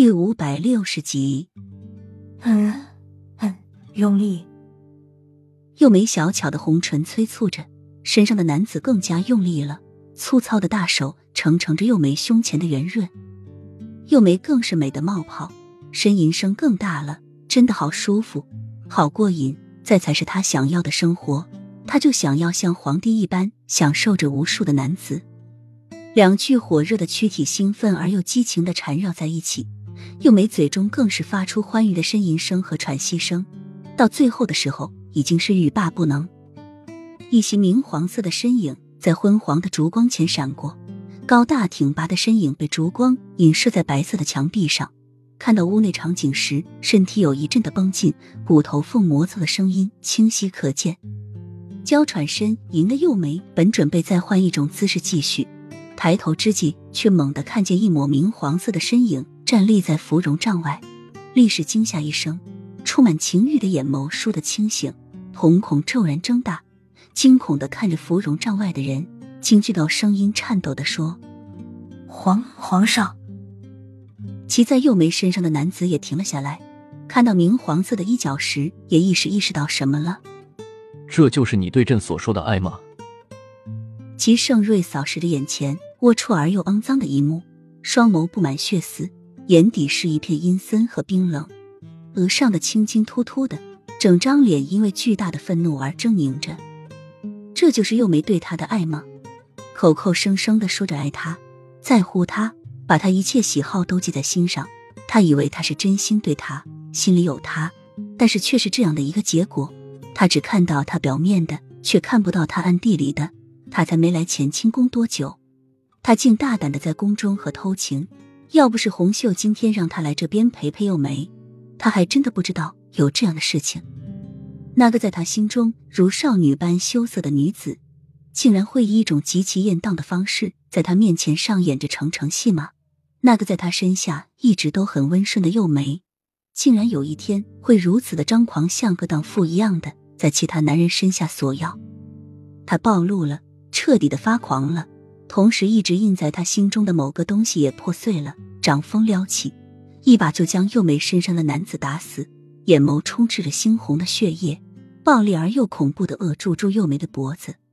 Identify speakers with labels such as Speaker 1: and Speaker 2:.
Speaker 1: 第560集。
Speaker 2: 用力。
Speaker 1: 又眉小巧的红唇催促着，身上的男子更加用力了，粗糙的大手承着又眉胸前的圆润，又眉更是美的冒泡，呻吟声更大了，真的好舒服，好过瘾，再才是他想要的生活，他就想要像皇帝一般享受着无数的男子。两具火热的躯体兴奋而又激情地缠绕在一起，又眉嘴中更是发出欢愉的呻吟声和喘息声，到最后的时候已经是欲罢不能。一袭明黄色的身影在昏黄的烛光前闪过，高大挺拔的身影被烛光映射在白色的墙壁上，看到屋内场景时，身体有一阵的绷紧，骨头缝摩擦的声音清晰可见。娇喘呻吟的幼眉本准备再换一种姿势继续，抬头之际却猛地看见一抹明黄色的身影站立在芙蓉帐外，立时惊吓一声，充满情欲的眼眸倏地清醒，瞳孔骤然睁大，惊恐地看着芙蓉帐外的人，惊惧到声音颤抖地说：皇上。骑在幼眉身上的男子也停了下来，看到明黄色的衣角时也意识到什么了。
Speaker 3: 这就是你对朕所说的爱吗？
Speaker 1: 齐盛瑞扫视着眼前龌龊而又肮脏的一幕，双眸布满血丝，眼底是一片阴森和冰冷，额上的青筋突突的，整张脸因为巨大的愤怒而狰狞着。这就是幼眉对他的爱吗？口口声声地说着爱他，在乎他，把他一切喜好都记在心上，他以为他是真心对他，心里有他，但是却是这样的一个结果。他只看到他表面的，却看不到他暗地里的。他才没来乾清宫多久，他竟大胆地在宫中和偷情，要不是红袖今天让他来这边陪幼眉，他还真的不知道有这样的事情。那个在他心中如少女般羞涩的女子，竟然会以一种极其艳荡的方式在他面前上演着程戏码。那个在他身下一直都很温顺的幼眉，竟然有一天会如此的张狂，像个荡妇一样的在其他男人身下索要。他暴露了，彻底的发狂了，同时一直印在他心中的某个东西也破碎了，掌风撩起，一把就将幼眉身上的男子打死，眼眸充斥着猩红的血液，暴力而又恐怖地扼住幼眉的脖子。